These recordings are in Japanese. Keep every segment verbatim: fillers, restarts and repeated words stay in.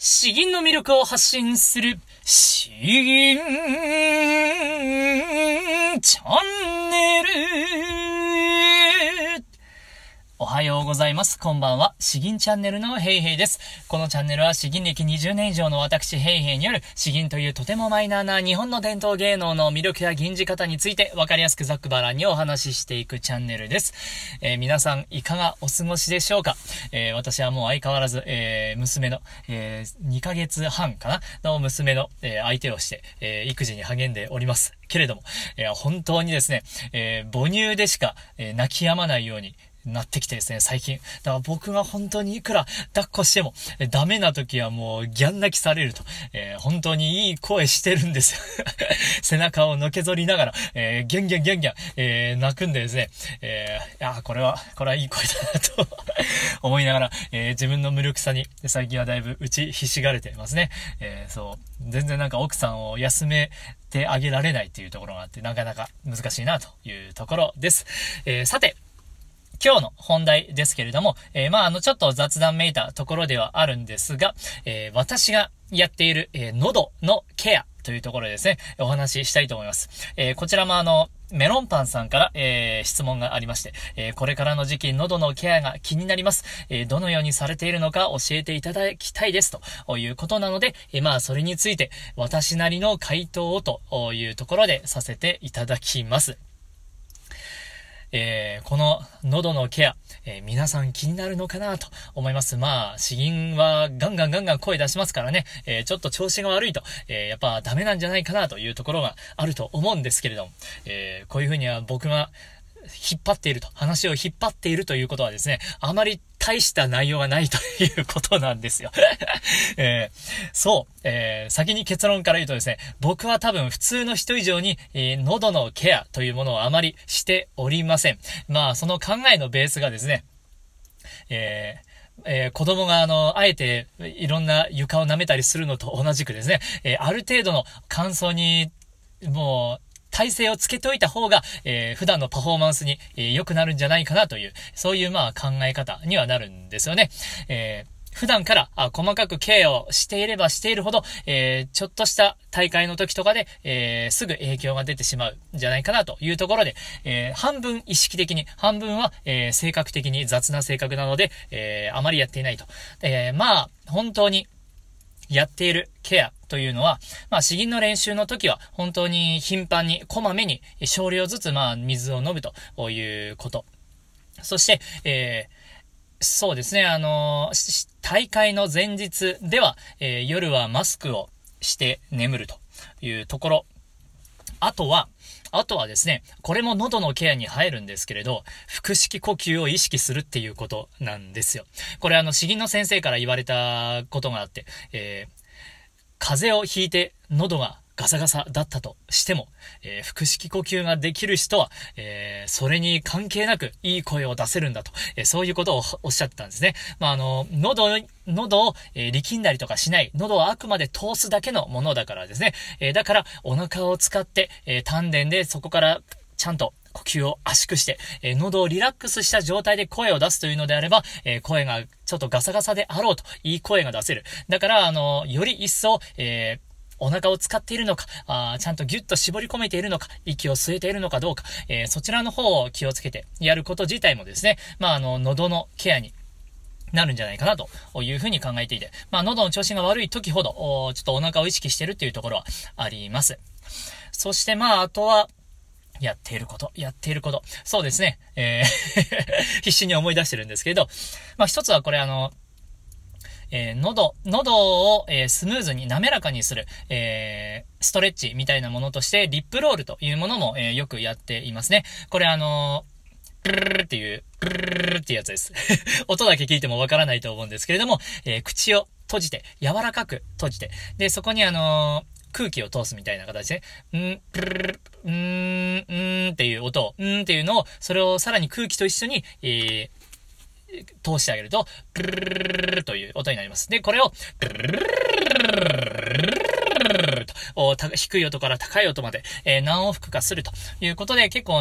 詩吟の魅力を発信する詩吟チャンネル。おはようございます。こんばんは。詩吟チャンネルのヘイヘイです。このチャンネルは詩吟歴にじゅうねん以上の私ヘイヘイによる詩吟というとてもマイナーな日本の伝統芸能の魅力や吟じ方についてわかりやすくざっくばらんにお話ししていくチャンネルです。えー、皆さんいかがお過ごしでしょうか。えー、私はもう相変わらず、えー、娘の、えー、にかげつはんかなの娘の、えー、相手をして、えー、育児に励んでおりますけれども、えー、本当にですね、えー、母乳でしか、えー、泣き止まないようになってきてですね、最近。だから僕が本当にいくら抱っこしても、えダメな時はもうギャン泣きされると。えー、本当にいい声してるんですよ。背中をのけぞりながら、えー、ギャンギャンギャンギャン、えー、泣くんでですね、えー、いや、これは、これはいい声だなと思いながら、えー、自分の無力さに最近はだいぶ打ちひしがれてますね。えー、そう。全然なんか奥さんを休めてあげられないっていうところがあって、なかなか難しいなというところです。えー、さて、今日の本題ですけれども、えー、まあ、あの、ちょっと雑談めいたところではあるんですが、えー、私がやっている、えー、喉のケアというところでですね、お話ししたいと思います。えー、こちらもあの、メロンパンさんから、えー、質問がありまして、えー、これからの時期、喉のケアが気になります。えー、どのようにされているのか教えていただきたいですということなので、えー、まあ、それについて私なりの回答をというところでさせていただきます。えー、この喉のケア、えー、皆さん気になるのかなと思います。まあ、詩吟はガンガンガンガン声出しますからね、えー、ちょっと調子が悪いと、えー、やっぱダメなんじゃないかなというところがあると思うんですけれども、えー、こういうふうには僕が引っ張っていると、話を引っ張っているということはですね、あまり大した内容がないということなんですよ。えー、そう、えー、先に結論から言うとですね、僕は多分普通の人以上に、えー、喉のケアというものをあまりしておりません。まあ、その考えのベースがですね、えーえー、子供があの、あえていろんな床を舐めたりするのと同じくですね、えー、ある程度の乾燥に、もう、体勢をつけておいた方が、えー、普段のパフォーマンスに、えー、良くなるんじゃないかなという、そういうまあ考え方にはなるんですよね。えー、普段からあ細かくケアをしていればしているほど、えー、ちょっとした大会の時とかで、えー、すぐ影響が出てしまうんじゃないかなというところで、えー、半分意識的に、半分は、えー、性格的に雑な性格なので、えー、あまりやっていないと。えー、まあ、本当に、やっているケアというのは、まあ、詩吟の練習の時は、本当に頻繁に、こまめに、少量ずつ、まあ、水を飲むということ。そして、えー、そうですね、あのー、大会の前日では、えー、夜はマスクをして眠るというところ。あとは、あとはですね、これも喉のケアに入るんですけれど、腹式呼吸を意識するっていうことなんですよ。これあの、詩吟の先生から言われたことがあって、えー、風邪をひいて喉がガサガサだったとしても、えー、腹式呼吸ができる人は、えー、それに関係なくいい声を出せるんだと、えー、そういうことをおっしゃってたんですね。まあ、あの、喉、喉を、えー、力んだりとかしない。喉をあくまで通すだけのものだからですね。えー、だから、お腹を使って、えー、丹田でそこからちゃんと呼吸を圧縮して、えー、喉をリラックスした状態で声を出すというのであれば、えー、声がちょっとガサガサであろうと、いい声が出せる。だから、あの、より一層、えーお腹を使っているのか、あちゃんとギュッと絞り込めているのか、息を吸えているのかどうか、えー、そちらの方を気をつけてやること自体もですね、まあ、あの、喉のケアになるんじゃないかなというふうに考えていて、まあ、喉の調子が悪い時ほど、ちょっとお腹を意識しているっていうところはあります。そして、まあ、あとは、やっていること、やっていること。そうですね、えー、必死に思い出してるんですけれど、まあ、一つはこれあの、えー、喉、喉を、えー、スムーズに滑らかにする、えー、ストレッチみたいなものとして、リップロールというものも、えー、よくやっていますね。これあのー、グルルルっていう、グルルルルっていうやつです。音だけ聞いてもわからないと思うんですけれども、えー、口を閉じて、柔らかく閉じて、で、そこにあのー、空気を通すみたいな形で、ん、プルルル、うーん、うーんっていう音を、うーんっていうのを、それをさらに空気と一緒に、えー、通してあげると、プルルルルルという音になります。で、これを、プルルルルルと低い音から高い音まで、えー、何往復かするということで、結構、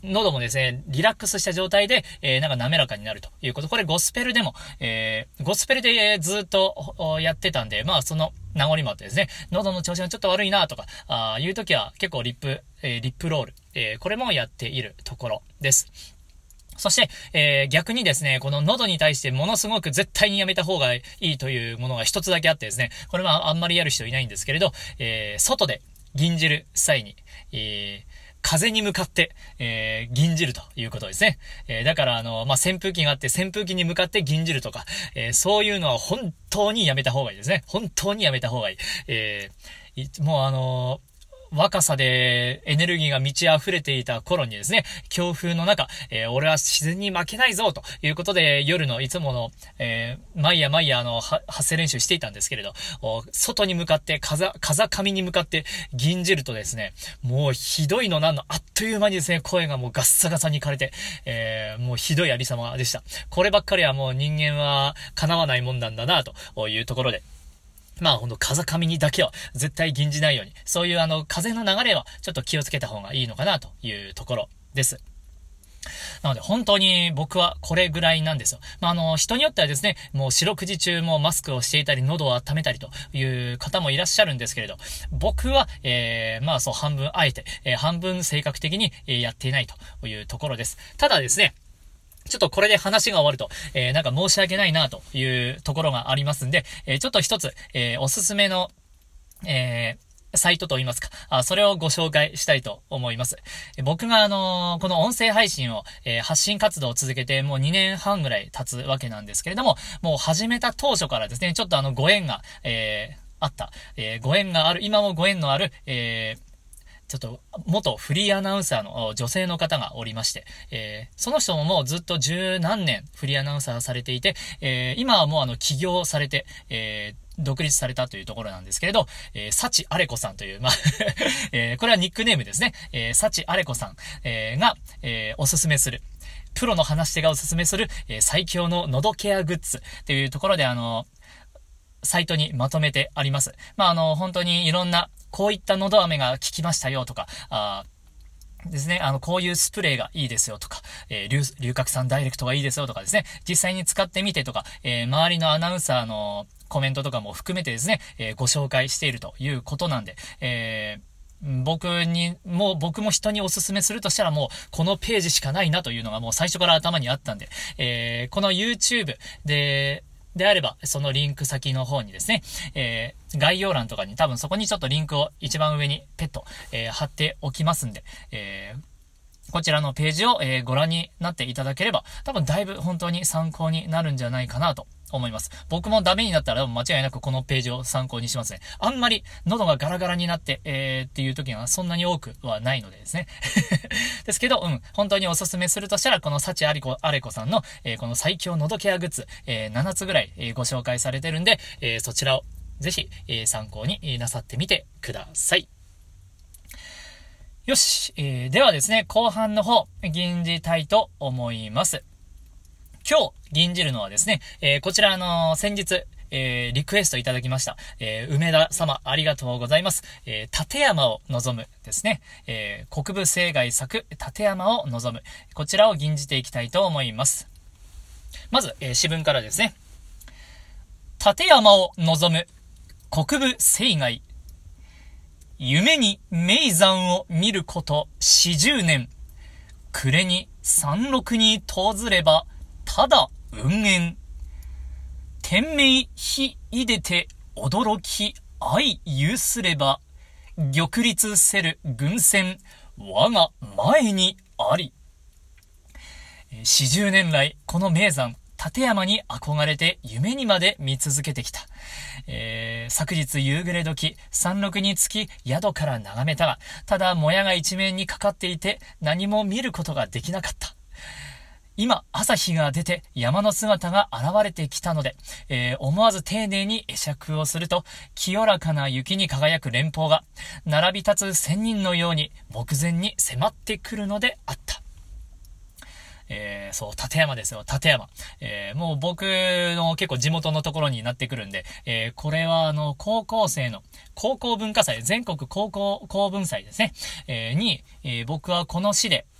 喉もですね、リラックスした状態で、えー、なんか滑らかになるということ。これゴスペルでも、えー、ゴスペルで、えー、ずっとやってたんで、まあその名残もあってですね、喉の調子がちょっと悪いなとか、あいう時は結構リップ、えー、リップロール、えー、これもやっているところです。そして、えー、逆にですね、この喉に対してものすごく絶対にやめた方がいいというものが一つだけあってですね、これはあんまりやる人いないんですけれど、えー、外で吟じる際に、えー、風に向かって、えー、吟じるということですね。えー、だから、あの、まあ、扇風機があって、扇風機に向かって吟じるとか、えー、そういうのは本当にやめた方がいいですね。本当にやめた方がいい。えー、もうあのー、若さでエネルギーが満ち溢れていた頃にですね、強風の中、えー、俺は自然に負けないぞということで、夜のいつもの、えー、毎夜毎夜あの、発声練習していたんですけれど、外に向かって、風、風上に向かって吟じるとですね、もうひどいのなんの、あっという間にですね、声がもうガッサガサに枯れて、えー、もうひどいありさまでした。こればっかりはもう人間は叶わないもんなんだな、というところで、まあほんと風上にだけは絶対吟じないように、そういうあの風の流れはちょっと気をつけた方がいいのかなというところです。なので本当に僕はこれぐらいなんですよ。まあ、あの、人によってはですね、もう四六時中もマスクをしていたり、喉を温めたりという方もいらっしゃるんですけれど、僕は、えー、まあそう半分あえて、えー、半分性格的にやっていないというところです。ただですね、ちょっとこれで話が終わると、えー、なんか申し訳ないなというところがありますんで、えー、ちょっと一つ、えー、おすすめの、えー、サイトと言いますか、あ、それをご紹介したいと思います。僕があのー、この音声配信を、えー、発信活動を続けてもうにねんはんぐらい経つわけなんですけれども、もう始めた当初からですね、ちょっとあのご縁が、えー、あった、えー、ご縁がある、今もご縁のある、えー、ちょっと、元フリーアナウンサーの女性の方がおりまして、えー、その人ももうずっと十何年フリーアナウンサーされていて、えー、今はもうあの起業されて、えー、独立されたというところなんですけれど、えー、サチアレコさんという、まあ、えー、これはニックネームですね。えー、サチアレコさん、えー、が、えー、おすすめする。プロの話し手がおすすめする、えー、最強の喉ケアグッズというところで、あの、サイトにまとめてあります。まあ、あの、本当にいろんな、こういった喉飴が効きましたよとか、あですね、あの、こういうスプレーがいいですよとか、えー、龍、龍角散ダイレクトがいいですよとかですね、実際に使ってみてとか、えー、周りのアナウンサーのコメントとかも含めてですね、えー、ご紹介しているということなんで、えー、僕に、もう僕も人におすすめするとしたらもうこのページしかないなというのがもう最初から頭にあったんで、えー、この YouTube で、であれば、そのリンク先の方にですね、えー、概要欄とかに多分そこにちょっとリンクを一番上にペット、えー、貼っておきますんで、えー、こちらのページを、えー、ご覧になっていただければ、多分だいぶ本当に参考になるんじゃないかなと思います。僕もダメになったら間違いなくこのページを参考にしますね。あんまり喉がガラガラになって、えー、っていう時がそんなに多くはないのでですね。ですけど、うん、本当におすすめするとしたら、このサチアリコ、アレコさんの、えー、この最強喉ケアグッズ、えー、ななつぐらい、えー、ご紹介されてるんで、えー、そちらをぜひ、えー、参考になさってみてください。よし、えー、ではですね、後半の方、吟じたいと思います。今日、吟じるのはですね、えー、こちらの先日、えー、リクエストいただきました。えー、梅田様、ありがとうございます。えー、立山を望むですね。えー、国分青外作、立山を望む。こちらを吟じていきたいと思います。まず、えー、詩文からですね。立山を望む、国分青外。夢に名山を見ること四十年。暮れに山麓に訪ずれば、ただ運縁。天命日いでて驚き愛有すれば、玉立せる軍船、我が前にあり。四十年来、この名山、立山に憧れて夢にまで見続けてきた。えー、昨日夕暮れ時、山麓につき宿から眺めたが、ただもやが一面にかかっていて何も見ることができなかった。今、朝日が出て山の姿が現れてきたので、えー、思わず丁寧に会釈をすると、清らかな雪に輝く連峰が、並び立つ仙人のように目前に迫ってくるのであった。えー、そう、立山ですよ、立山。えー、もう僕の結構地元のところになってくるんで、えー、これはあの、高校生の、高校文化祭、全国高校公文祭ですね、えー、に、えー、僕はこの市で、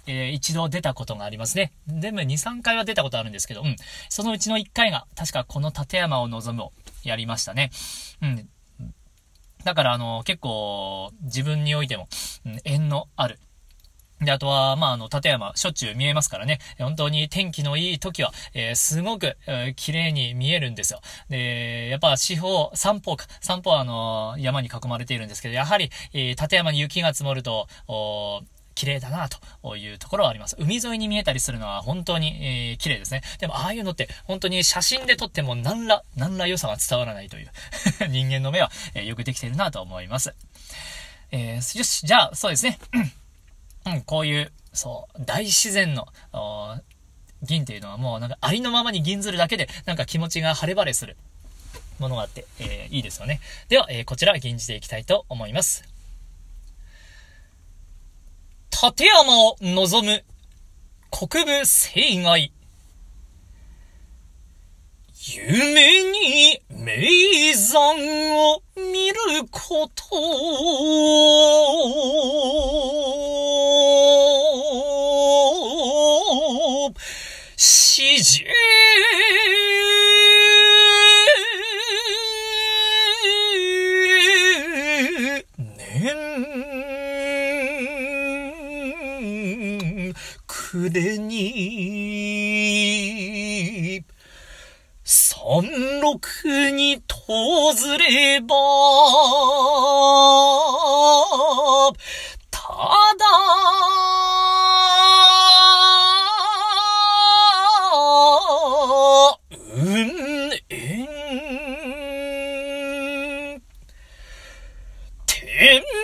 えー、一度出たことがありますね。でもに、さんかいは出たことあるんですけど、うん。そのうちのいっかいが、確かこの立山を望むをやりましたね。うん。だからあの、結構、自分においても、うん、縁のある。で、あとは、まあ、あの、立山、しょっちゅう見えますからね。本当に天気のいい時は、えー、すごく、えー、綺麗に見えるんですよ。で、やっぱ、四方、三方か。三方は、あのー、山に囲まれているんですけど、やはり、えー、立山に雪が積もると、お綺麗だなというところはあります。海沿いに見えたりするのは本当に、えー、綺麗ですね。でもああいうのって本当に写真で撮っても何ら、何ら良さが伝わらないという人間の目は、えー、よくできているなと思います。えー、よし、じゃあそうですね。うん、こういう、そう、大自然の、銀っていうのはもうなんかありのままに銀ずるだけでなんか気持ちが晴れ晴れするものがあって、えー、いいですよね。では、えー、こちら吟じていきたいと思います。立山を望む国分西外。夢に名山を見ること。四十年暮れに三六に訪ればただ運縁天命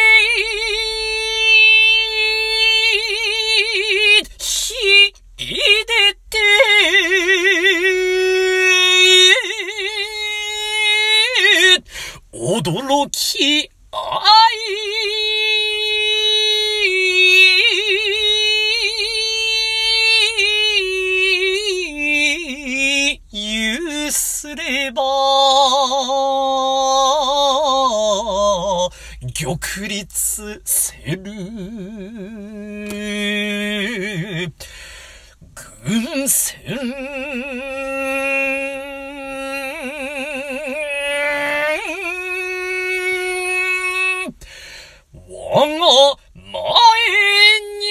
秀でて驚きあいゆすれば玉立せる軍船我が前に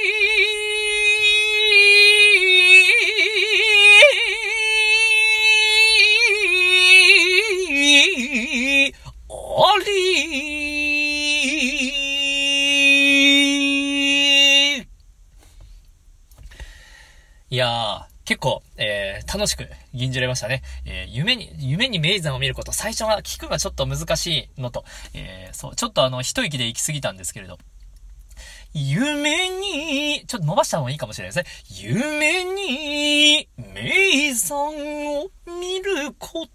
あり。いやー、結構、えー、楽しく吟じれましたね。えー、夢に、夢に名山を見ること、最初は聞くがちょっと難しいのと、えー、そう、ちょっとあの、一息で行き過ぎたんですけれど、夢に、ちょっと伸ばした方がいいかもしれないですね。夢に、名山を見ること、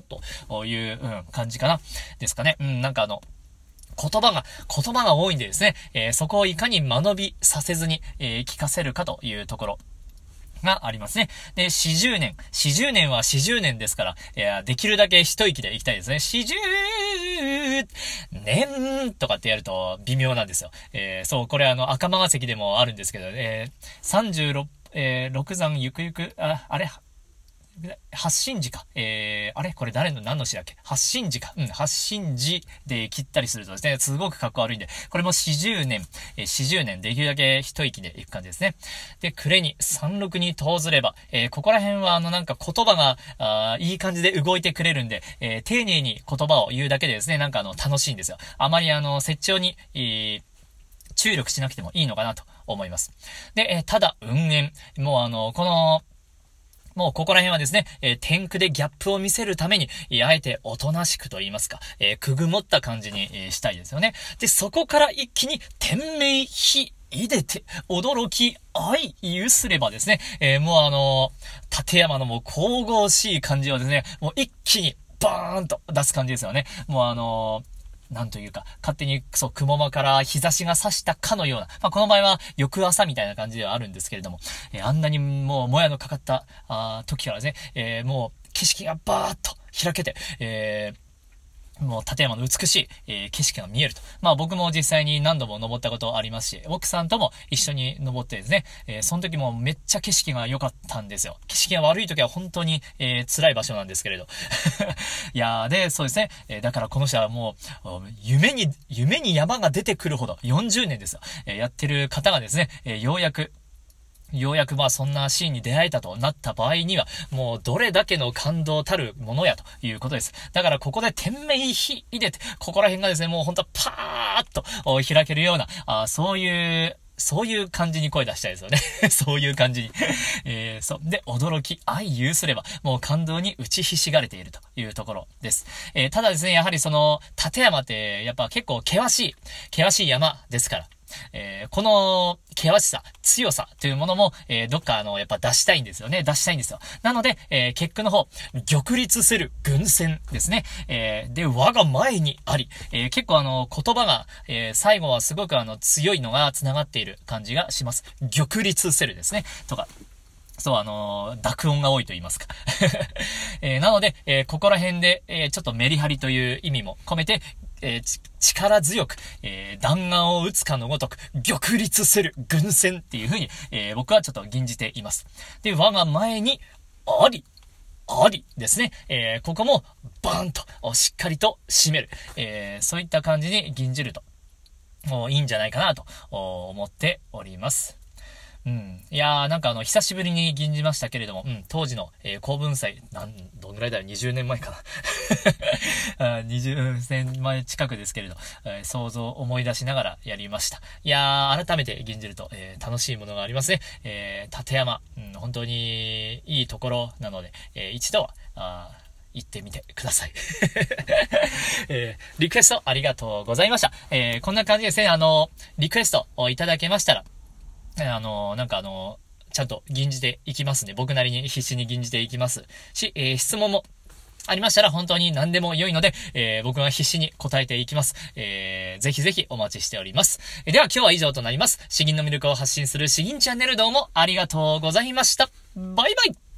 という、うん、感じかな。ですかね。うん、なんかあの、言葉が、言葉が多いんでですね、えー、そこをいかに間延びさせずに、えー、聞かせるかというところがありますね。で、よんじゅうねん。よんじゅうねんはよんじゅうねんですから、いや、できるだけ一息で行きたいですね。よんじゅうねんとかってやると微妙なんですよ。えー、そう、これあの、赤間ヶ関でもあるんですけど、えー、さんじゅうろく、えー、六山ゆくゆく、あ、あれ、発信時か。えー、あれこれ誰の、何の詩だっけ発信時か。うん、発信時で切ったりするとですね、すごくかっこ悪いんで、これもよんじゅうねん、えー、よんじゅうねんできるだけ一息でいく感じですね。で、暮れに三六に訪ずれば、えー、ここら辺はあのなんか言葉が、あいい感じで動いてくれるんで、えー、丁寧に言葉を言うだけでですね、なんかあの、楽しいんですよ。あまりあの、節調に、えー、注力しなくてもいいのかなと思います。で、えー、ただ、運縁。もうあの、この、もうここら辺はですね、えー、天空でギャップを見せるために、えー、あえておとなしくと言いますか、えー、くぐもった感じに、えー、したいですよね。で、そこから一気に天命ひいでて、驚き、愛、ゆすればですね、えー、もうあのー、立山のもう神々しい感じをですね、もう一気にバーンと出す感じですよね。もうあのー、なんというか、勝手に、そう、雲間から日差しが差したかのような、まあ、この場合は翌朝みたいな感じではあるんですけれども、えー、あんなにもう、もやのかかった、あ時からですね、えー、もう、景色がバーッと開けて、えー、 もう立山の美しい、えー、景色が見えると。まあ僕も実際に何度も登ったことありますし、奥さんとも一緒に登ってですね、えー、その時もめっちゃ景色が良かったんですよ。景色が悪い時は本当に、えー、辛い場所なんですけれど。いやー、で、そうですね、えー、だからこの人はもう、夢に、夢に山が出てくるほど、よんじゅうねんですよ。えー、やってる方がですね、えー、ようやく、ようやくまあそんなシーンに出会えたとなった場合には、もうどれだけの感動たるものやということです。だからここで天命ひ入れて、ここら辺がですね、もうほんとパーッと開けるような、あそういう、そういう感じに声出したいですよね。そういう感じに。えー、そう。で、驚き、愛有すれば、もう感動に打ちひしがれているというところです。えー、ただですね、やはりその、立山って、やっぱ結構険しい、険しい山ですから。えー、この険しさ、強さというものも、えー、どっかあの、やっぱ出したいんですよね。出したいんですよ。なので、えー、結句の方、玉立せる軍船ですね。えー、で、我が前にあり。えー、結構あの、言葉が、えー、最後はすごくあの、強いのが繋がっている感じがします。玉立せるですね。とか。そう、あのー、濁音が多いと言いますか。えー、なので、えー、ここら辺で、えー、ちょっとメリハリという意味も込めて、えー、力強く、えー、弾丸を撃つかのごとく、玉立せる軍船っていう風に、えー、僕はちょっと吟じています。で、我が前に、あり、ありですね。えー、ここも、バーンと、しっかりと締める。えー、そういった感じに吟じると、もういいんじゃないかなと思っております。うん。いやー、なんかあの、久しぶりに吟じましたけれども、うん、当時の、えー、公文祭、なん、どんぐらいだよ、にじゅうねんまえかな。あにじゅうねんまえ近くですけれど、えー、想像を思い出しながらやりました。いやー、改めて吟じると、えー、楽しいものがありますね。えー、立山、うん、本当にいいところなので、えー、一度は、あ行ってみてください、えー。リクエストありがとうございました。えー、こんな感じですね、あの、リクエストをいただけましたら、あの、なんかあの、ちゃんと吟じていきますね。僕なりに必死に吟じていきますし、えー、質問もありましたら本当に何でも良いので、えー、僕が必死に答えていきます。えー、ぜひぜひお待ちしております。えー、では今日は以上となります。詩吟の魅力を発信する詩吟チャンネル、どうもありがとうございました。バイバイ。